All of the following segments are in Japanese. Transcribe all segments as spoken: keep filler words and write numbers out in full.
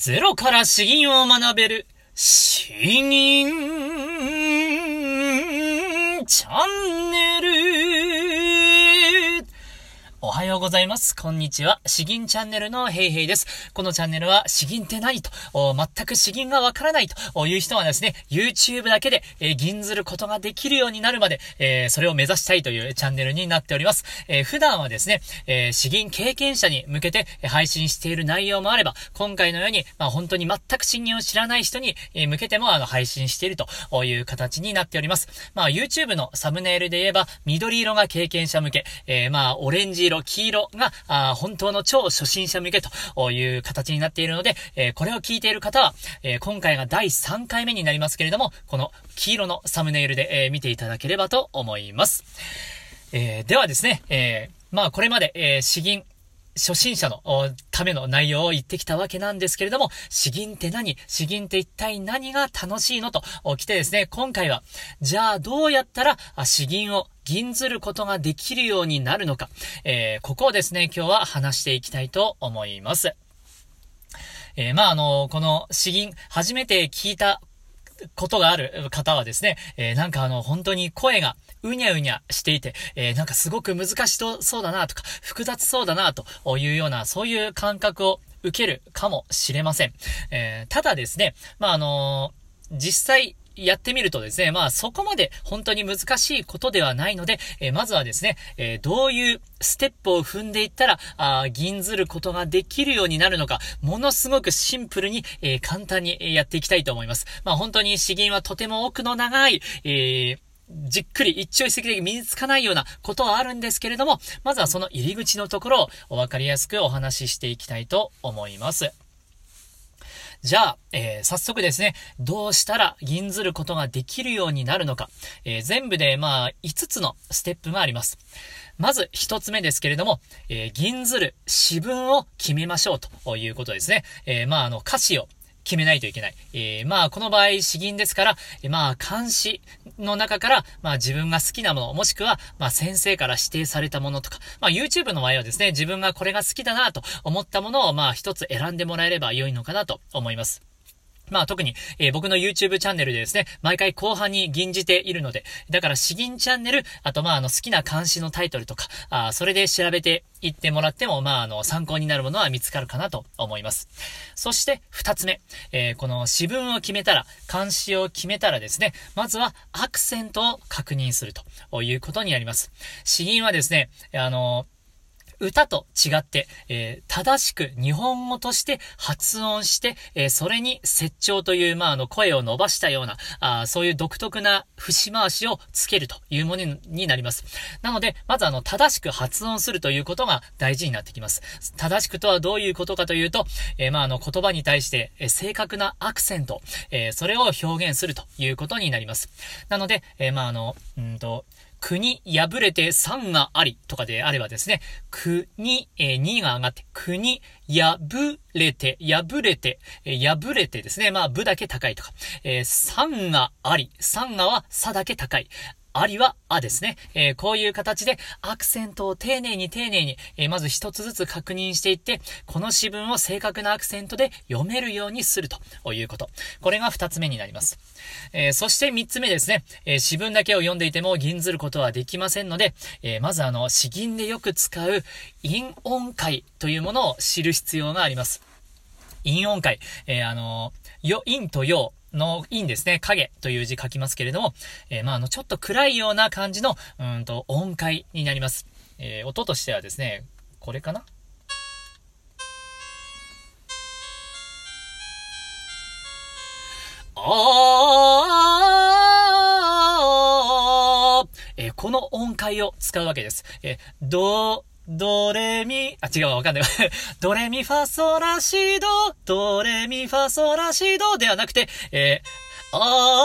ゼロから詩吟を学べる詩吟チャンネル。おはようございます。こんにちは。詩吟チャンネルのヘイヘイです。このチャンネルは詩吟って何と全く詩吟がわからないという人はですね、YouTube だけで、えー、吟ずることができるようになるまで、えー、それを目指したいというチャンネルになっております。えー、普段はですね、えー、詩吟経験者に向けて配信している内容もあれば、今回のように、まあ、本当に全く詩吟を知らない人に向けてもあの配信しているという形になっております。まあ YouTube のサムネイルで言えば、緑色が経験者向け、えー、まあオレンジ色黄色があ本当の超初心者向けという形になっているので、えー、これを聞いている方は、えー、今回がだいさんかいめになりますけれども、この黄色のサムネイルで、えー、見ていただければと思います。えー、ではですね、えー、まあこれまで、えー、詩吟初心者のための内容を言ってきたわけなんですけれども、詩吟って何？詩吟って一体何が楽しいのと来てですね、今回は、じゃあどうやったら詩吟を吟ずることができるようになるのか、えー、ここをですね、今日は話していきたいと思います。えー、まああの、この詩吟、初めて聞いたことがある方はですね、えー、なんかあの、本当に声がうにゃうにゃしていて、えー、なんかすごく難しそうだなとか、複雑そうだなというような、そういう感覚を受けるかもしれません。えー、ただですね、まああのー、実際、やってみるとですね、まあそこまで本当に難しいことではないので、えー、まずはですね、えー、どういうステップを踏んでいったら、あ吟ずることができるようになるのか、ものすごくシンプルに、えー、簡単にやっていきたいと思います。まあ本当に詩吟はとても奥の長い、えーじっくり一朝一夕で身につかないようなことはあるんですけれども、まずはその入り口のところをお分かりやすくお話ししていきたいと思います。じゃあ、えー、早速ですね、どうしたら吟ずることができるようになるのか、えー、全部でまあいつつのステップがあります。まず一つ目ですけれども、えー、吟ずる詩文を決めましょうということですね。えー、まああの歌詞を決めないといけない。えー、まあ、この場合、詩吟ですから、えー、まあ、漢詩の中から、まあ、自分が好きなもの、もしくは、まあ、先生から指定されたものとか、まあ、YouTube の場合はですね、自分がこれが好きだなと思ったものを、まあ、一つ選んでもらえれば良いのかなと思います。まあ特に、えー、僕の YouTube チャンネルでですね、毎回後半に吟じているので、だから詩吟チャンネル、あとまああの好きな漢詩のタイトルとか、あそれで調べていってもらっても、まああの参考になるものは見つかるかなと思います。そして二つ目、えー、この詩文を決めたら、漢詩を決めたらですね、まずはアクセントを確認するということになります。詩吟はですね、あの歌と違って、えー、正しく日本語として発音して、えー、それに節調という、まあ、あの、声を伸ばしたような、あそういう独特な節回しをつけるというものになります。なので、まずあの、正しく発音するということが大事になってきます。正しくとはどういうことかというと、えー、まあ、あの、言葉に対して、えー、正確なアクセント、えー、それを表現するということになります。なので、えー、まあ、あの、うんと、国破れて三がありとかであればですね、国、えー、にが上がって、国破れて、破れて、えー、破れてですね、まあ、ぶだけ高いとか、えー、三があり、三がはさだけ高い。ありはあですね。えー、こういう形でアクセントを丁寧に丁寧に、えー、まず一つずつ確認していって、この詩文を正確なアクセントで読めるようにするということ。これが二つ目になります。えー、そして三つ目ですね。えー、詩文だけを読んでいても吟ずることはできませんので、えー、まずあの詩吟でよく使う韻音階というものを知る必要があります。韻音階、えー、あのよ韻と陽の韻ですね、影という字書きますけれども、えー、まあ、あの、ちょっと暗いような感じの、うんと、音階になります。えー、音としてはですね、これかな？あー、えー、この音階を使うわけです。えー、ド、ドレミ、あ、違うわ、わかんない。ドレミファソラシド、ドレミファソラシドではなくて、えー、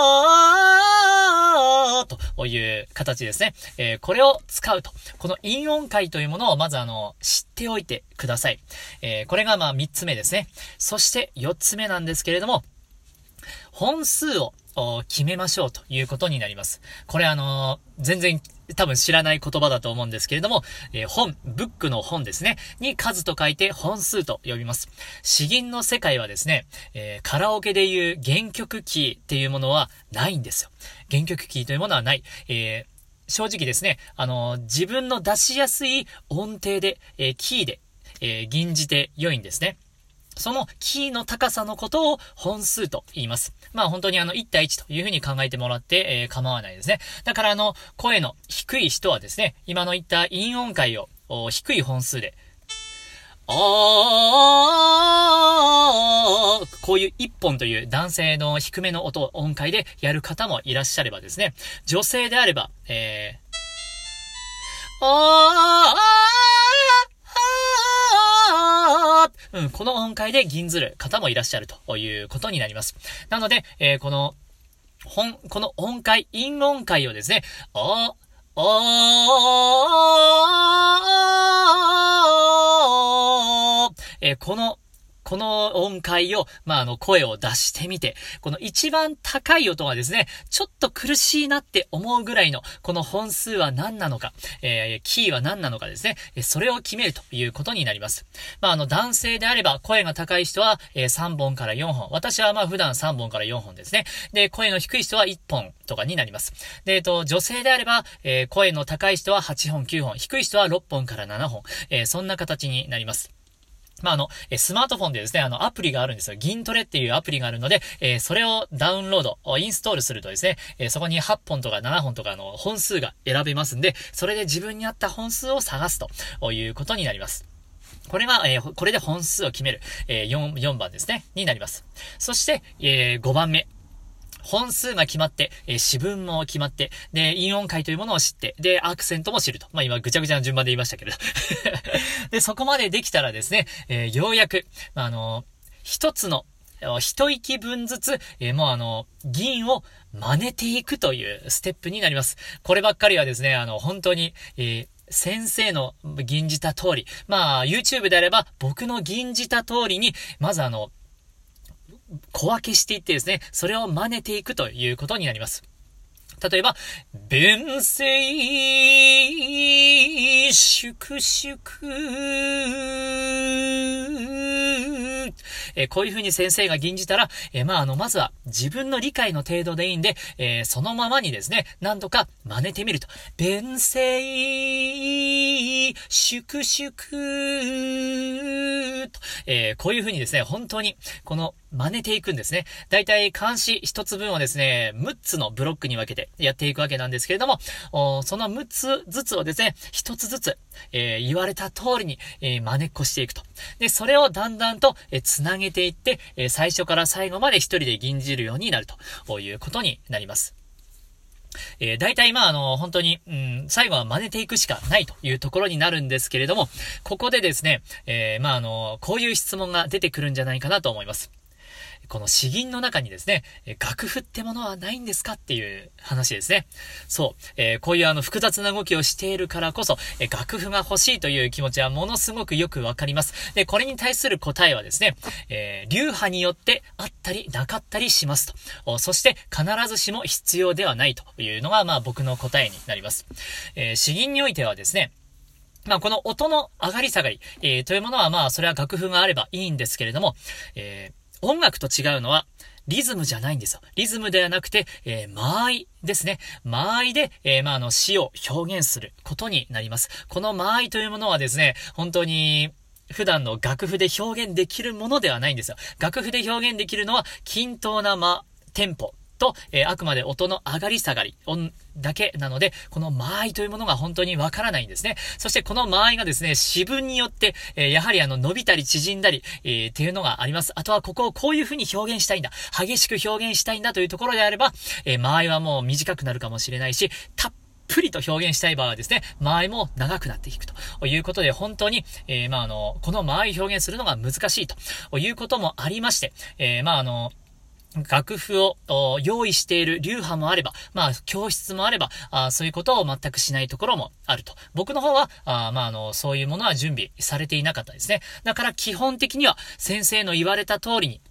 あーという形ですね。えー、これを使うと。この韻音階というものをまずあの、知っておいてください。えー、これがまあ三つ目ですね。そして四つ目なんですけれども、本数を決めましょうということになります。これあのー、全然多分知らない言葉だと思うんですけれども、えー、本、ブックの本ですね、に数と書いて本数と呼びます。詩吟の世界はですね、えー、カラオケでいう原曲キーっていうものはないんですよ。原曲キーというものはない。えー正直ですね、あのー、自分の出しやすい音程で、えー、キーで、えー、吟じて良いんですね。そのキーの高さのことを本数と言います。まあ本当にあのいち対いちというふうに考えてもらって、えー、構わないですね。だからあの声の低い人はですね、今の言った陰音階を低い本数で、あーこういう一本という男性の低めの音、音階でやる方もいらっしゃればですね、女性であれば、えー、あーうん、この音階で吟ずる方もいらっしゃるということになります。なので、えー、この、本、この音階、陰音階をですね、あー、あー、えー、この、この音階を、まあ、あの、声を出してみて、この一番高い音がですね、ちょっと苦しいなって思うぐらいの、この本数は何なのか、えー、キーは何なのかですね、それを決めるということになります。まあ、あの、男性であれば、声が高い人は、えー、さんぼんからよんほん。私はまあ、普段さんぼんからよんほんですね。で、声の低い人はいっぽんとかになります。で、えっと、女性であれば、えー、声の高い人ははっぽん、きゅうほん。低い人はろっぽんからななほん。えー、そんな形になります。まあ、あの、スマートフォンでですね、あの、アプリがあるんですよ。銀トレっていうアプリがあるので、えー、それをダウンロード、インストールするとですね、えー、そこにはっぽんとかななほんとかの本数が選べますんで、それで自分に合った本数を探すということになります。これが、えー、これで本数を決める、えー、よん、よんばんですね、になります。そして、えー、ごばんめ。本数が決まって、えー、詞文も決まって、で、陰音階というものを知って、で、アクセントも知ると。まあ、今、ぐちゃぐちゃな順番で言いましたけど。で、そこまでできたらですね、えー、ようやく、あのー、一つの、一息分ずつ、えー、もうあの、吟を真似ていくというステップになります。こればっかりはですね、あの、本当に、えー先生の吟じた通り、まあ、YouTube であれば、僕の吟じた通りに、まずあの、小分けしていってですね、それを真似ていくということになります。例えば、弁声粛々、えー、こういう風に先生が吟じたら、えー、まあ、あの、まずは自分の理解の程度でいいんで、えー、そのままにですね、何度か真似てみると。弁声粛々と、えー、こういう風にですね、本当に、この、真似ていくんですね。だいたい漢詩一つ分をですね、むっつのブロックに分けてやっていくわけなんですけれども、そのむっつずつをですね、一つずつ、えー、言われた通りに、えー、真似っこしていくと。で、それをだんだんと、えー、つなげていって、えー、最初から最後まで一人で吟じるようになるということになります。えー、大体まああの、本当に、うん、最後は真似ていくしかないというところになるんですけれども、ここでですね、えー、まああの、こういう質問が出てくるんじゃないかなと思います。この詩吟の中にですね、楽譜ってものはないんですかっていう話ですね。そう、えー、こういうあの複雑な動きをしているからこそ、えー、楽譜が欲しいという気持ちはものすごくよくわかります。で、これに対する答えはですね、えー、流派によってあったりなかったりしますと。そして必ずしも必要ではないというのがまあ僕の答えになります。えー、詩吟においてはですね、まあこの音の上がり下がり、えー、というものはまあそれは楽譜があればいいんですけれども、えー音楽と違うのは、リズムじゃないんですよ。リズムではなくて、えー、間合いですね。間合いで、えー、まあ、あの、詩を表現することになります。この間合いというものはですね、本当に、普段の楽譜で表現できるものではないんですよ。楽譜で表現できるのは、均等な間、テンポ。と、えー、あくまで音の上がり下がり、音だけなので、この間合いというものが本当にわからないんですね。そしてこの間合いがですね、詩文によって、えー、やはりあの、伸びたり縮んだり、えー、っていうのがあります。あとはここをこういう風に表現したいんだ。激しく表現したいんだというところであれば、えー、間合いはもう短くなるかもしれないし、たっぷりと表現したい場合はですね、間合いも長くなっていくということで、本当に、えー、まああの、この間合い表現するのが難しいということもありまして、えー、まああの、楽譜を用意している流派もあれば、まあ、教室もあれば、あそういうことを全くしないところもあると。僕の方は、あまあ、あの、そういうものは準備されていなかったですね。だから基本的には先生の言われた通りに、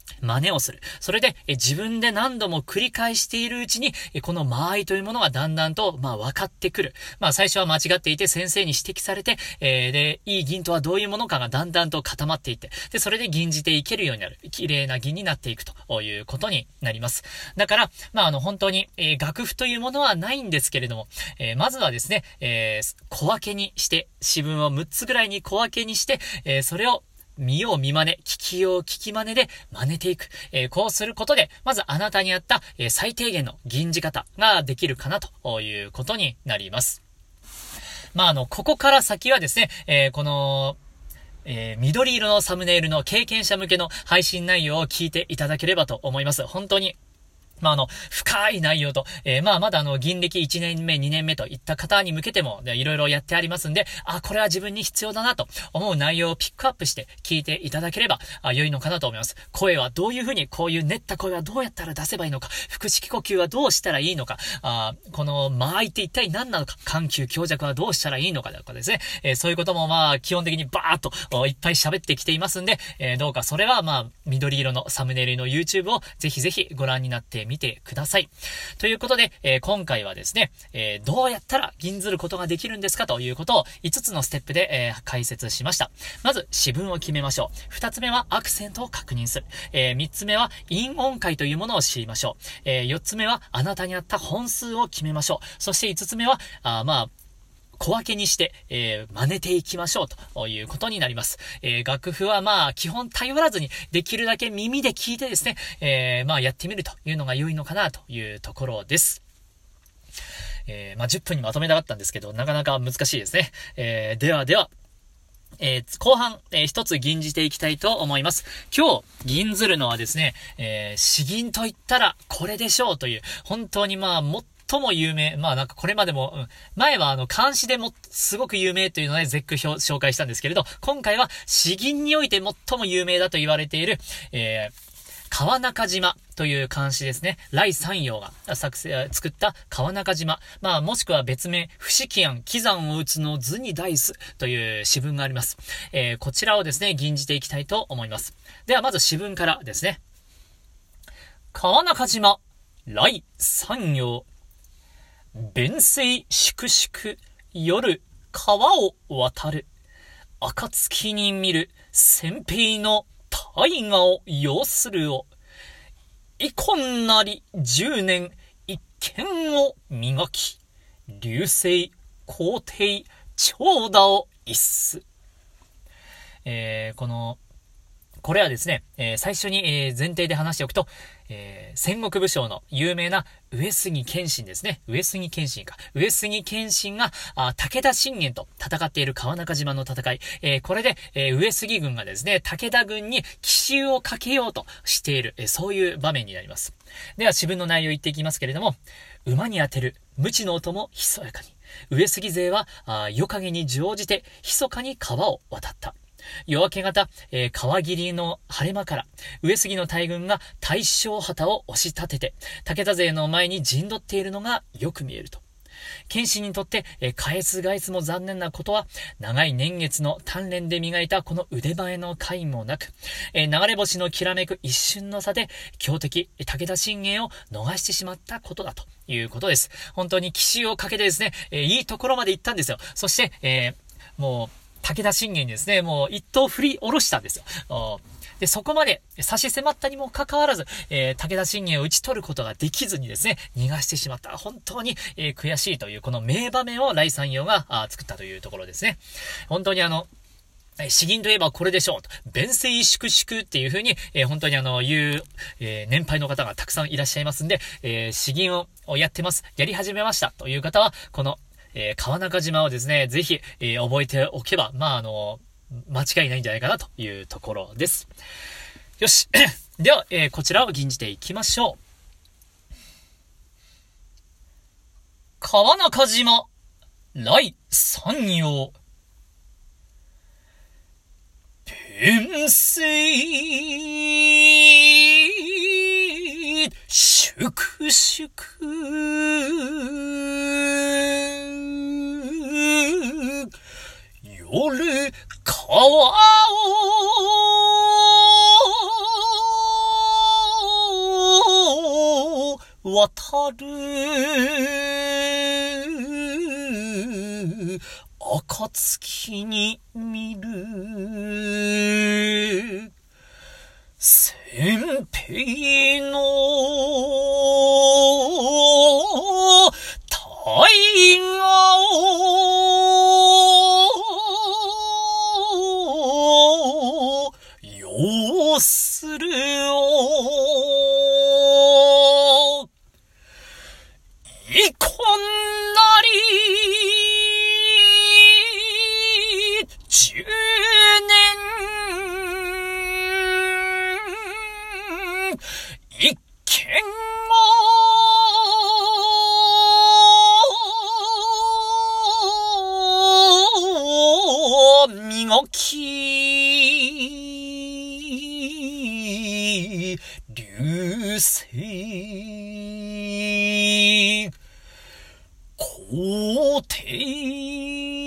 真似をする。それで、え自分で何度も繰り返しているうちに、えこの間合いというものがだんだんと、まあ、分かってくる。まあ、最初は間違っていて先生に指摘されて、えー、で、いい銀とはどういうものかがだんだんと固まっていって、で、それで銀じていけるようになる。綺麗な銀になっていくということになります。だから、まあ、あの、本当に、えー、楽譜というものはないんですけれども、えー、まずはですね、えー、小分けにして、詩文をむっつぐらいに小分けにして、えー、それを見よう見真似、聞きよう聞き真似で真似ていく。えー、こうすることで、まずあなたに合った、えー、最低限の吟じ方ができるかなということになります。まあ、あの、ここから先はですね、えー、この、えー、緑色のサムネイルの経験者向けの配信内容を聞いていただければと思います。本当に。まあ、あの、深い内容と、えー、まあ、まだあの、銀歴いちねんめ、にねんめといった方に向けても、いろいろやってありますんで、あ、これは自分に必要だなと思う内容をピックアップして聞いていただければ、あ、良いのかなと思います。声はどういうふうに、こういう練った声はどうやったら出せばいいのか、腹式呼吸はどうしたらいいのか、あ、この間合いって一体何なのか、緩急強弱はどうしたらいいのかとかですね、えー、そういうこともまあ、基本的にバーっといっぱい喋ってきていますんで、えー、どうかそれはまあ、緑色のサムネイルの YouTube をぜひぜひご覧になってみてください。ということで、えー、今回はですね、えー、どうやったら銀ずることができるんですかということをいつつのステップで、えー、解説しました。まず、詩文を決めましょう。二つ目はアクセントを確認する。えー、三つ目は韻音階というものを知りましょう。えー、四つ目はあなたに合った本数を決めましょう。そして五つ目は、あまあ、小分けにして、えー、真似ていきましょうということになります。えー、楽譜はまあ基本頼らずにできるだけ耳で聞いてですね、えー、まあやってみるというのが良いのかなというところです。えー、まあじゅっぷんにまとめたかったんですけど、なかなか難しいですね。えー、ではでは、えー、後半、えー、一つ吟じていきたいと思います。今日、吟ずるのはですね、えー、詩吟と言ったらこれでしょうという、本当にまあ、もっとも有名。まあなんかこれまでも、うん、前はあの漢詩でもすごく有名というので絶句表紹介したんですけれど、今回は詩吟において最も有名だと言われている、えー、川中島という漢詩ですね。来三陽が作成、作った川中島。まあもしくは別名、不思議案、喜山を打つの図に大すという詩文があります。えー、こちらをですね、吟じていきたいと思います。ではまず詩文からですね。川中島、来三陽。弁声粛々、夜、川を渡る。暁に見る、先兵の大河を要するを。遺恨なり十年、一見を磨き。流星、皇帝、長蛇を逸す。えー、この、これはですね、えー、最初に、えー、前提で話しておくと、えー、戦国武将の有名な上杉謙信ですね。上杉謙信か。上杉謙信が、あ武田信玄と戦っている川中島の戦い。えー、これで、えー、上杉軍がですね、武田軍に奇襲をかけようとしている、えー、そういう場面になります。では、詩文の内容を言っていきますけれども、馬に当てる無知の音もひそやかに。上杉勢は、あ夜影に乗じて、密かに川を渡った。夜明け方、えー、川霧の晴れ間から、上杉の大軍が大正旗を押し立てて、武田勢の前に陣取っているのがよく見えると。謙信にとって、えー、返す返すも残念なことは、長い年月の鍛錬で磨いたこの腕前の甲斐もなく、えー、流れ星のきらめく一瞬の差で、強敵、武田信玄を逃してしまったことだということです。本当に奇襲をかけてですね、えー、いいところまで行ったんですよ。そして、えー、もう、武田信玄にですね、もう一刀振り下ろしたんですよ。で、そこまで差し迫ったにもかかわらず、えー、武田信玄を打ち取ることができずにですね、逃がしてしまった。本当に、えー、悔しいという、この名場面を来三陽が作ったというところですね。本当にあの、詩吟といえばこれでしょうと。弁声粛々っていう風に、えー、本当にあの、言う、えー、年配の方がたくさんいらっしゃいますんで、えー、詩吟をやってます。やり始めましたという方は、この、えー、川中島をですね、ぜひ、えー、覚えておけば、まあ、あの、間違いないんじゃないかなというところです。よし。では、えー、こちらを吟じていきましょう。川中島、来三陽。弁声、粛々。夜川をる暁に見る先兵の大河を要するをいこなり十年一見を磨き流星皇帝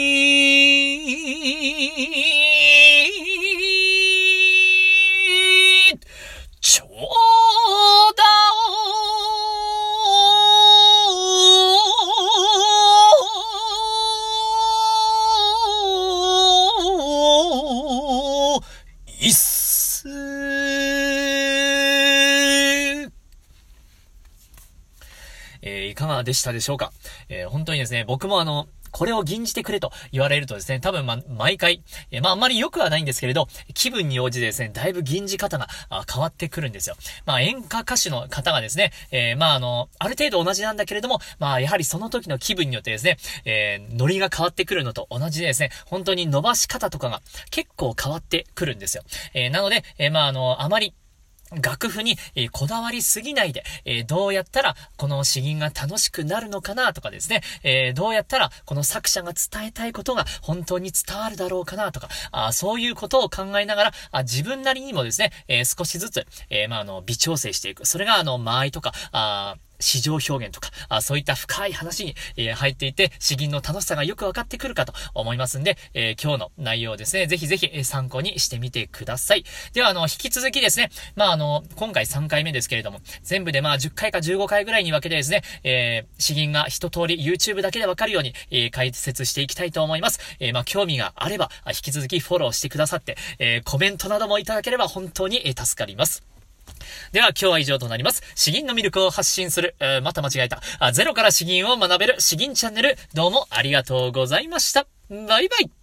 長田を一数えー、いかがでしたでしょうか。えー、本当にですね、僕もあの、これを吟じてくれと言われるとですね、多分ま、毎回、えー、まああんまり良くはないんですけれど、気分に応じてですね、だいぶ吟じ方が変わってくるんですよ。まあ演歌歌手の方がですね、えー、まああの、ある程度同じなんだけれども、まあやはりその時の気分によってですね、えー、ノリが変わってくるのと同じでですね、本当に伸ばし方とかが結構変わってくるんですよ。えー、なので、えー、まああの、あまり、楽譜に、えー、こだわりすぎないで、えー、どうやったらこの詩吟が楽しくなるのかなとかですね、えー、どうやったらこの作者が伝えたいことが本当に伝わるだろうかなとか、あそういうことを考えながら、あ自分なりにもですね、えー、少しずつ、えー、まあ、あの、微調整していく。それがあの、間合いとか、あ市場表現とか、あそういった深い話に、えー、入っていて、詩吟の楽しさがよくわかってくるかと思いますんで、えー、今日の内容をですね、ぜひぜひ、えー、参考にしてみてください。では、あの、引き続きですね、まあ、あの、今回さんかいめですけれども、全部でまあ、じゅっかいかじゅうごかいぐらいに分けてですね、えー、詩吟が一通り YouTube だけでわかるように、えー、解説していきたいと思います。えー、まあ、興味があれば、引き続きフォローしてくださって、えー、コメントなどもいただければ本当に、えー、助かります。では今日は以上となります。詩吟の魅力を発信する、えー、また間違えたあ。ゼロから詩吟を学べる詩吟チャンネル、どうもありがとうございました。バイバイ。